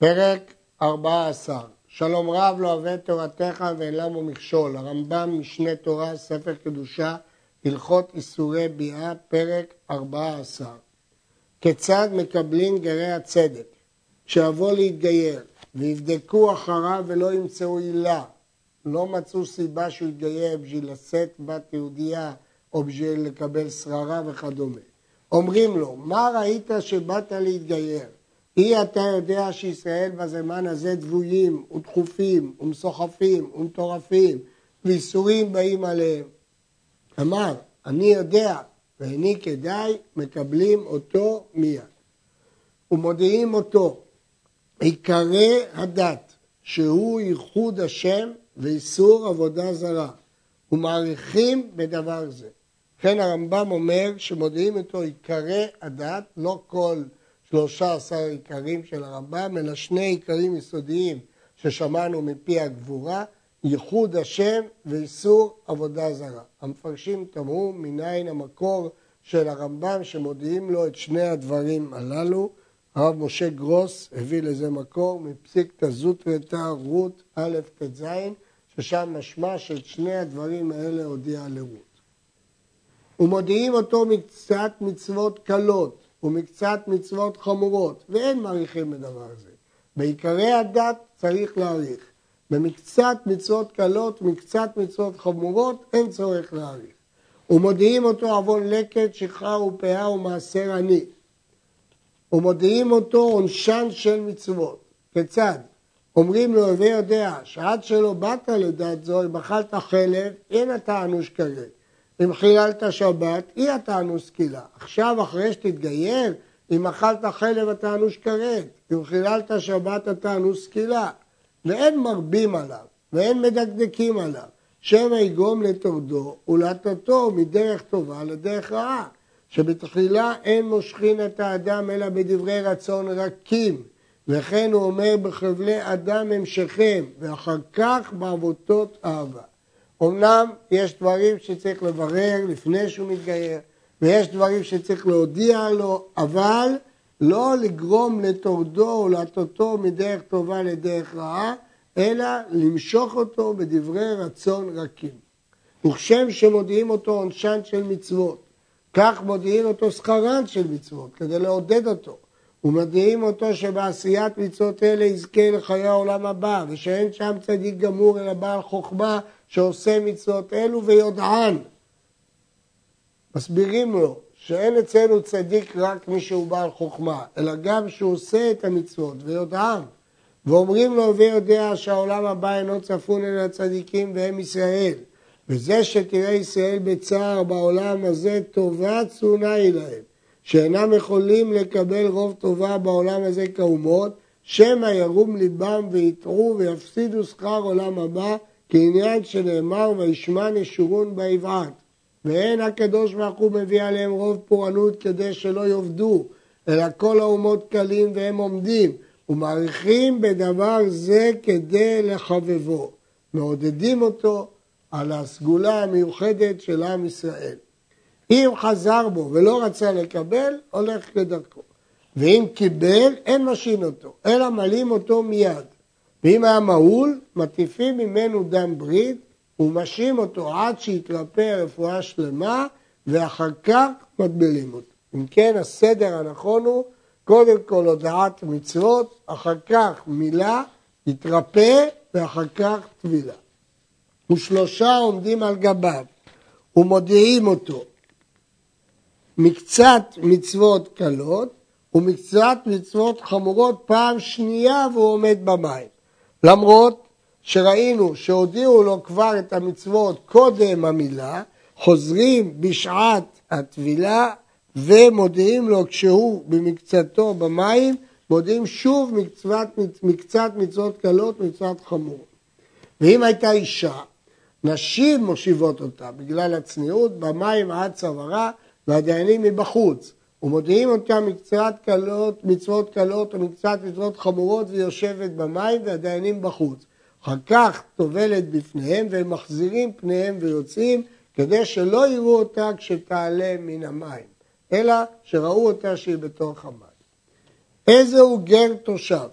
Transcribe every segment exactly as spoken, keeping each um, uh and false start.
פרק ארבע עשרה. שלום רב לא אוהב תורתך ואין למו מכשול. הרמב"ם משנה תורה, ספר קדושה, הלכות איסורי ביאה, פרק ארבע עשרה. כיצד מקבלים גרי הצדק? כשיבוא להתגייר ויבדקו אחריו ולא ימצאו עילה, לא מצאו סיבה שהוא יתגייר בשביל לשאת בת יהודייה או בשביל לקבל שררה וכדומה. אומרים לו, מה ראית שבאת להתגייר? אי אתה יודע שישראל בזמן הזה דבויים ודחופים ומסוחפים ומטורפים ואיסורים באים עליהם. אמר, אני יודע ואיני כדאי, מקבלים אותו מיד. ומודיעים אותו, עיקרי הדת שהוא ייחוד השם ואיסור עבודה זרה, ומעריכים בדבר זה. כן הרמב"ם אומר שמודיעים אותו עיקרי הדת, לא כל שלושה עשר עיקרים של הרמב"ם, אלא שני עיקרים יסודיים ששמענו מפי הגבורה, ייחוד השם ואיסור עבודה זרה. המפרשים תמרו מניין המקור של הרמב"ם שמודיעים לו את שני הדברים הללו. הרב משה גרוס הביא לזה מקור מפסיקתא זוטרתא רות א' ט"ז, ששם משמע שאת שני הדברים האלה הודיע לרות. ומודיעים אותו מקצת מצוות קלות ומקצת מצוות חמורות, ואין מעריכים בדבר הזה. בעיקרי הדת צריך להעריך. במקצת מצוות קלות ומקצת מצוות חמורות אין צורך להעריך. ומודיעים אותו עוון לקט, שכחה ופאה ומעשר עני. ומודיעים אותו עונשן של מצוות. כיצד? אומרים לו, הווה יודע, שעד שלא באת לדעת זו, אם אכלת חלב, אין אתה אנוש כרת. אם חיללת שבת, אי אתה אנוש סקילה. עכשיו, אחרי שתתגייר, אם אכלת חלב אתה אנוש כרת. אם חיללת שבת אתה אנוש סקילה. ואין מרבים עליו, ואין מדקדקים עליו. שמא יגרום לתורדו ולהטתו מדרך טובה לדרך רעה. שבתחילה אין מושכין את האדם אלא בדברי רצון רכים. וכן הוא אומר בחבלי אדם המשכם, ואחר כך בעבותות אהבה. אמנם יש דברים שצריך לברר לפני שהוא מתגייר, ויש דברים שצריך להודיע לו, אבל לא לגרום לתורדו או להטותו מדרך טובה לדרך רעה, אלא למשוך אותו בדברי רצון רכים. וכשם שמודיעים אותו עונשן של מצוות, כך מודיעים אותו שכרן של מצוות, כדי לעודד אותו. ומודיעים אותו שבעשיית מצוות אלה יזכה לחיי העולם הבא, ושאין שם צדיק גמור אלא בעל חוכמה שעושה מצוות אלו ויודען. מסבירים לו שאין אצלנו צדיק רק מי שהוא בעל חוכמה, אלא גם שהוא עושה את המצוות ויודען. ואומרים לו ויודע שהעולם הבא אינו צפון אל הצדיקים והם ישראל. וזה שתראה ישראל בצער בעולם הזה טובה צונה היא להם. שאינם יכולים לקבל רוב טובה בעולם הזה כאומות, שמא ירום ליבם ויתעו ויפסידו שכר עולם הבא, כעניין שנאמר וישמע נשורון ביבעט. ואין הקדוש ברוך הוא מביא עליהם רוב פורענות כדי שלא יאבדו, אלא כל האומות קלים והם עומדים, ומעריכים בדבר זה כדי לחבבו. מעודדים אותו על הסגולה המיוחדת של עם ישראל. אם חזר בו ולא רצה לקבל, הולך כדרכו. ואם קיבל, אין משין אותו, אלא מלים אותו מיד. ואם היה מהול, מטיפים ממנו דם ברית, ומשאים אותו עד שיתרפא רפואה שלמה, ואחר כך מטבילים אותו. אם כן, הסדר הנכון הוא, קודם כל הודעת מצוות, אחר כך מילה, יתרפא, ואחר כך טבילה. ושלושה עומדים על גביו, ומודיעים אותו. מקצת מצוות קלות ומקצת מצוות חמורות פעם שנייה והוא עומד במים. למרות שראינו שהודיעו לו כבר את המצוות קודם המילה, חוזרים בשעת הטבילה ומודיעים לו כשהוא במקצתו במים, מודיעים שוב מקצת, מקצת מצוות קלות ומצוות חמורות. ואם הייתה אישה, נשים מושיבות אותה בגלל הצניעות במים עד צווארה, והדיינים מבחוץ, ומודיעים אותם מקצת קלות, מצוות קלות ומקצת מצוות חמורות ויושבת במים והדיינים בחוץ. אחר כך טובלת בפניהם והם מחזירים פניהם ויוצאים כדי שלא יראו אותה כשתעלה מן המים, אלא שראו אותה שהיא בתוך המים. איזה הוא גר תושב?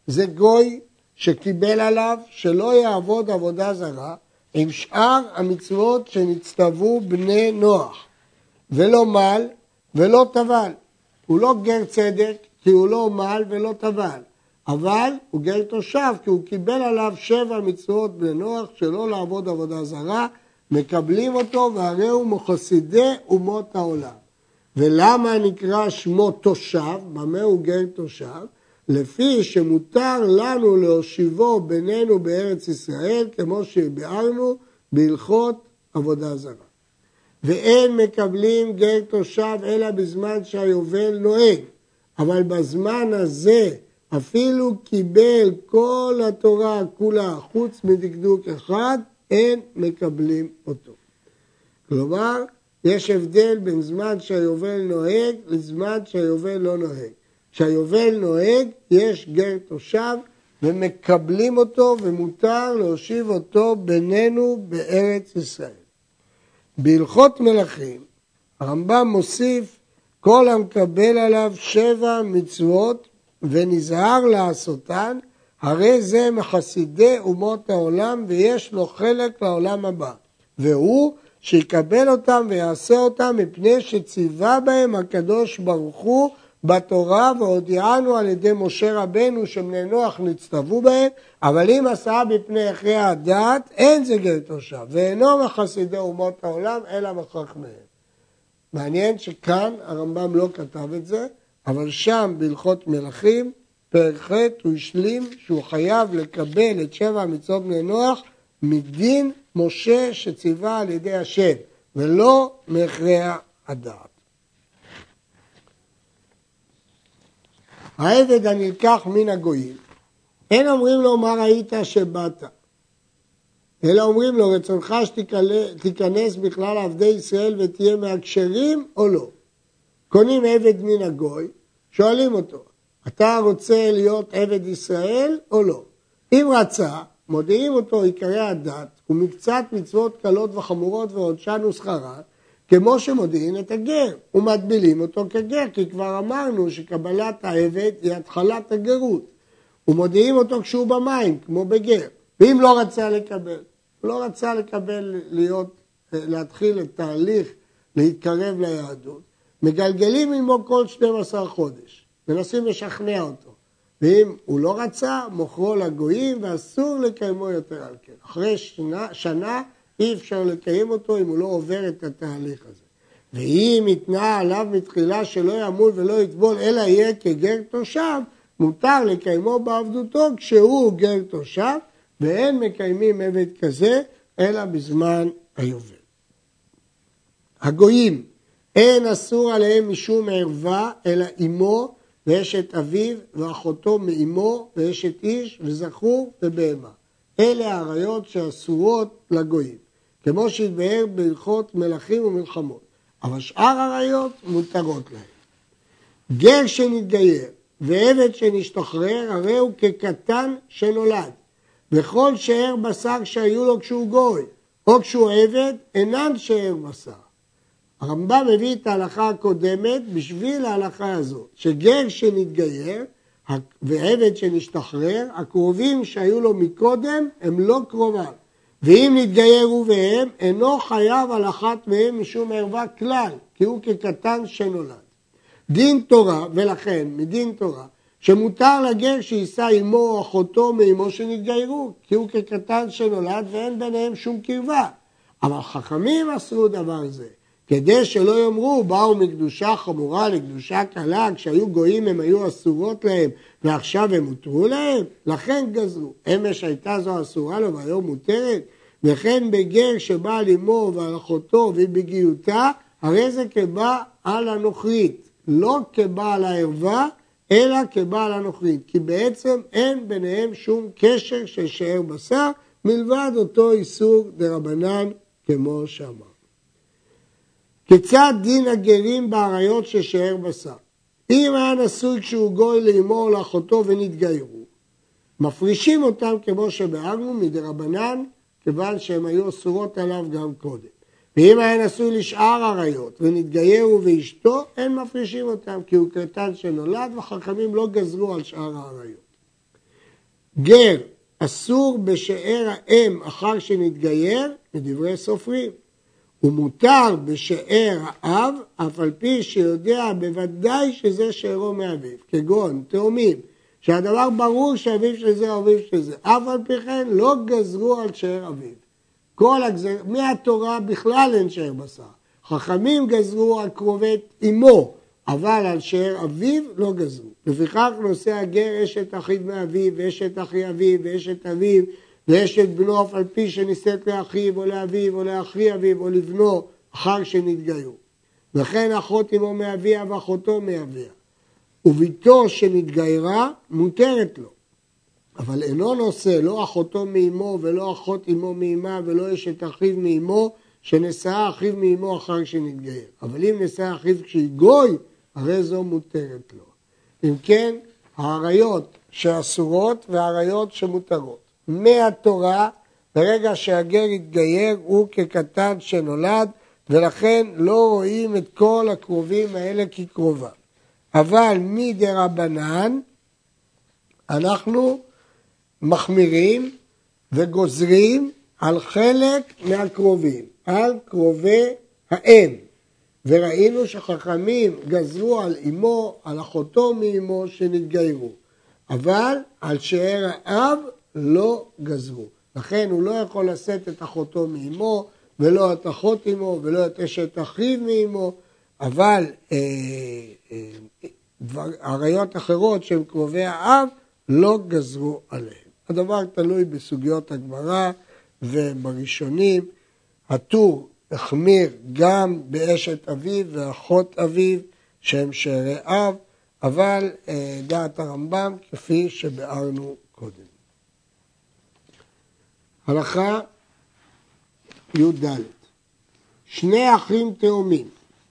זה גוי שקיבל עליו שלא יעבוד עבודה זרה עם שאר המצוות שנצטוו בני נוח, ולא מל ולא טבל. הוא לא גר צדק כי הוא לא מל ולא טבל, אבל הוא גר תושב כי הוא קיבל עליו שבע מצוות בני נוח שלא לעבוד עבודה זרה, מקבלים אותו והרי הוא מחסידי אומות העולם. ולמה נקרא שמו תושב? במה הוא גר תושב? לפי שמותר לנו להושיבו בינינו בארץ ישראל, כמו שביארנו בהלכות עבודה זרה. ואין מקבלים גר תושב אלא בזמן שהיובל נוהג, אבל בזמן הזה אפילו קיבל כל התורה כולה חוץ מדקדוק אחד, אין מקבלים אותו. כלומר, יש הבדל בין זמן שהיובל נוהג לזמן שהיובל לא נוהג. כשהיובל נוהג יש גר תושב ומקבלים אותו ומותר להושיב אותו בינינו בארץ ישראל. בהלכות מלכים הרמב"ם מוסיף כל המקבל עליו שבע מצוות ונזהר לעשותן, הרי זה מחסידי אומות העולם ויש לו חלק לעולם הבא, והוא שיקבל אותם ויעשה אותם מפני שציווה בהם הקדוש ברוך הוא בתורה והודיענו על ידי משה רבנו שבני נוח נצטוו בהם, אבל אם עשה בפני אחרי הדת אין זה גר תושב ואינו מחסידי אומות העולם אלא מחכמיהם. מעניין שכאן הרמב"ם לא כתב את זה, אבל שם בהלכות מלכים פרק ח' הוא השלים שהוא חייב לקבל את שבע מצוות בני נוח מדין משה שציווה על ידי השם ולא מהכרע הדעת. העבד הנלקח מן הגויים, אין אומרים לו מה ראית שבאת, אלא אומרים לו רצונך שתיכנס בכלל עבדי ישראל ותהיה מהכשרים או לא. קונים עבד מן הגוי, שואלים אותו, אתה רוצה להיות עבד ישראל או לא? אם רצה, מודיעים אותו עיקרי הדת ומקצת מצוות קלות וחמורות ועונשן ושכרן, כמו שמודיעים את הגר, ומטבילים אותו כגר, כי כבר אמרנו שקבלת העבד היא התחלת הגרות. ומודיעים אותו כשהוא במים, כמו בגר. ואם לא רצה לקבל, לא רצה לקבל להיות, להתחיל את תהליך, להתקרב ליהדות, מגלגלים עמו כל שנים עשר חודש, מנסים לשכנע אותו. ואם הוא לא רצה, מוכרו לגויים ואסור לקיימו יותר על כן. אחרי שנה, שנה אי אפשר לקיים אותו אם הוא לא עובר את התהליך הזה. ואם יתנע עליו מתחילה שלא ימול ולא יטבול אלא יהיה כגר תושב, מותר לקיימו בעבדותו כשהוא גר תושב, ואין מקיימים עבד כזה אלא בזמן היובל. הגויים, אין אסור עליהם משום ערווה אלא אמו ואשת אביו ואחותו מאמו ואשת איש וזכור ובהמה. אלה העריות שאסורות לגויים, כמו שהתבהר בהלכות מלכים ומלחמות, אבל שאר העריות מותרות להם. גר שנתגייר ועבד שנשתחרר הרי הוא כקטן שנולד, וכל שאר בשר שהיו לו כשהוא גוי או כשהוא עבד אינן שאר בשר. הרמב"ם מביא את ההלכה הקודמת בשביל ההלכה הזאת, שגר שנתגייר ועבד שנשתחרר, הקרובים שהיו לו מקודם הם לא קרוביו. ואם נתגיירו והם, אינו חייב על אחת מהם משום ערווה כלל, כי הוא כקטן שנולד. דין תורה, ולכן מדין תורה, שמותר לגר שיישא אמו או אחותו מאמו שנתגיירו, כי הוא כקטן שנולד ואין ביניהם שום קרבה. אבל חכמים אסרו דבר זה, כדי שלא יאמרו, באו מקדושה חמורה לקדושה קלה, כשהיו גויים הם היו אסורות להם, ועכשיו הם הותרו להם, לכן גזרו. אמש הייתה זו אסורה לו והיום מותרת, וכן בגר שבא על אמו ועל אחותו ובגיותה, הרי זה כבעל הנוכרית, לא כבעל הערווה, אלא כבעל הנוכרית, כי בעצם אין ביניהם שום קשר של שאר בשר, מלבד אותו איסור דרבנן כמו שאמר. כיצד דין הגרים בעריות ששאר בשר? אם היה נשוי כשהוא גוי לאמו או לאחותו ונתגיירו, מפרישים אותם כמו שבארנו מדרבנן, כיוון שהם היו אסורות עליו גם קודם. ואם היה נשוי לשאר עריות ונתגיירו ואשתו, אין מפרישים אותם, כי הוא קטן שנולד, וחכמים לא גזרו על שאר העריות. גר אסור בשאר האם אחר שנתגייר, מדברי סופרים. ומותר בשאר האב, אף על פי שיודע בוודאי שזה שארו מאביו, כגון תאומים, שהדבר ברור שאביו של זה או אביו של זה, אף על פי כן לא גזרו על שאר אביו. כל הגזר, מהתורה בכלל אין שאר בשר. חכמים גזרו על קרובי אמו, אבל על שאר אביו לא גזרו. לפיכך נושא הגר אשת אחיו מאביו, ואשת אחי אביו, ואשת אביו, ואשת בנו אף על פי שנישאת לאחיו או לאביו או לאחי אביו או לבנו אחר שנתגיירו. וכן אחות אמו מאביה ואחותו מאביה. וביתו שנתגיירה מותרת לו. אבל אינו נושא לא אחותו מאמו ולא אחות אמו מאמה ולא אשת אחיו מאמו שנשאה אחיו מאמו אחר שנתגייר. אבל אם נשאה אחיו כשהיא גוי, הרי זו מותרת לו. אם כן, העריות שאסורות והעריות שמותרות. מהתורה, ברגע שהגר יתגייר הוא כקטן שנולד, ולכן לא רואים את כל הקרובים האלה כקרובה. אבל מדרבנן אנחנו מחמירים וגוזרים על חלק מהקרובים, על קרובי האם. וראינו שחכמים גזרו על אמו, על אחותו מאמו שנתגיירו. אבל על שאר האב לא גזרו. לכן הוא לא יכול לשאת את אחותו מאמו, ולא את אחות אמו, ולא את אשת אחיו מאמו, אבל אה, אה, דבר, עריות אחרות שהן קרובי האב לא גזרו עליהם. הדבר תלוי בסוגיות הגמרא ובראשונים. הטור החמיר גם באשת אביו ואחות אביו שהם שארי אב, אבל אה, דעת הרמב"ם כפי שבארנו קודם. הלכה י"ד. שני אחים תאומים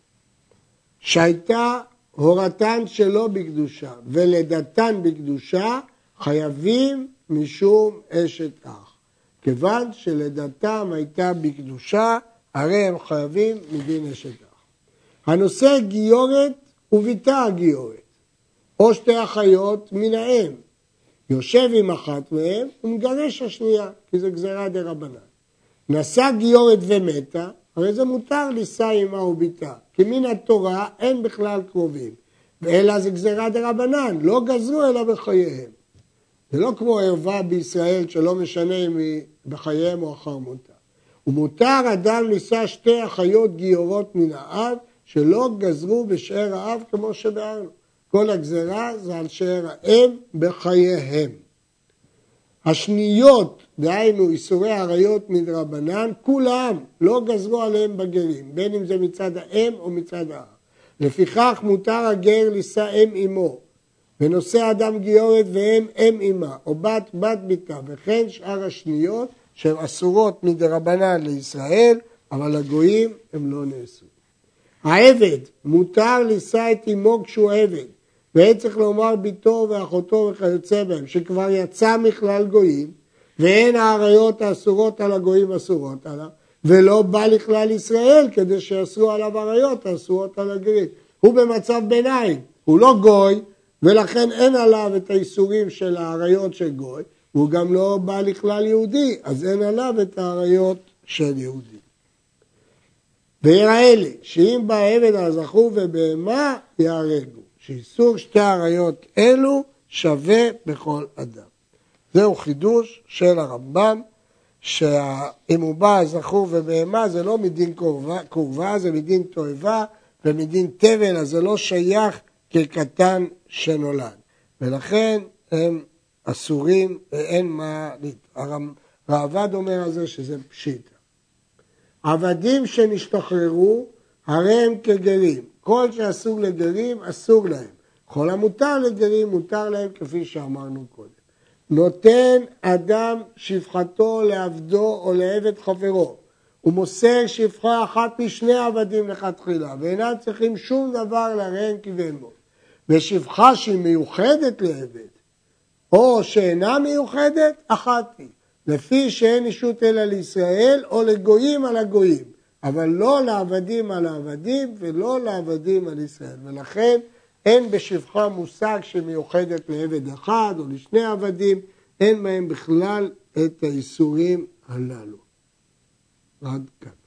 שהייתה הורתן שלא בקדושה ולידתן בקדושה, חייבים משום אשת אח. כיוון שלידתם הייתה בקדושה, הרי הם חייבים מדין אשת אח. הנושא גיורת וביתה הגיורת, או שתי אחיות מן האם, יושב עם אחת מהם ומגרש השנייה, כי זה גזירה דרבנן. נשא גיורת ומתה, הרי זה מותר לישא עמה וביתה, כי מן התורה אין בכלל קרובים, ואלא זה גזירה דרבנן, לא גזרו אלא בחייהם. זה לא כמו ערווה בישראל שלא משנה אם היא בחייהם או אחר מותה. ומותר אדם לישא שתי אחיות גיורות מן האב, שלא גזרו בשאר האב כמו שבארנו. כל הגזירה זה על שאר האם בחייהם. השניות, דהיינו איסורי עריות מדרבנן, כולם לא גזרו עליהם בגרים, בין אם זה מצד האם או מצד האב. לפיכך מותר הגר לישא אם אמו, ונושא אדם גיורת ואם אם אמה, או בת בת ביתה, וכן שאר השניות שהן אסורות מדרבנן לישראל, אבל הגויים הם לא נאסרו. העבד מותר לישא את אמו כשהוא עבד, ואין צריך לומר ביתו ואחותו וכיוצא בהם, שכבר יצא מכלל גויים, ואין העריות האסורות על הגויים אסורות עליו, ולא בא לכלל ישראל כדי שיאסרו עליו עריות האסורות על הגויים. הוא במצב ביניים, הוא לא גוי, ולכן אין עליו את האיסורים של העריות של גוי, והוא גם לא בא לכלל יהודי, אז אין עליו את העריות של יהודי. ויראה לי, שאם בא עבד הזכור ובהמה יהרגו, שאיסור שתי עריות אלו שווה בכל אדם. זהו חידוש של הרמב"ם, שאם הוא בא זכור ובהמה זה לא מדין קורבה, קורבה זה מדין תועבה, ומדין תבל, אז זה לא שייך כקטן שנולד. ולכן הם אסורים ואין מה, הרעב"ד אומר על זה שזה פשיטה. עבדים שנשתחררו, הרי הם כגרים. כל שאסור לגרים, אסור להם. כל המותר לגרים, מותר להם כפי שאמרנו קודם. נותן אדם שפחתו לעבדו או לעבד חברו, הוא מוסר שפחה אחת משני עבדים לכתחילה, ואינם צריכים שום דבר לרעם כבהמות. ושפחה שהיא מיוחדת לעבד, או שאינה מיוחדת, אחת היא. לפי שאין אישות אלא לישראל, או לגויים על הגויים, אבל לא לעבדים על העבדים, ולא לעבדים על ישראל. ולכן אין בשפחה מושג שמיוחדת לעבד אחד, או לשני עבדים, אין בהם בכלל את האיסורים הללו. עד כאן.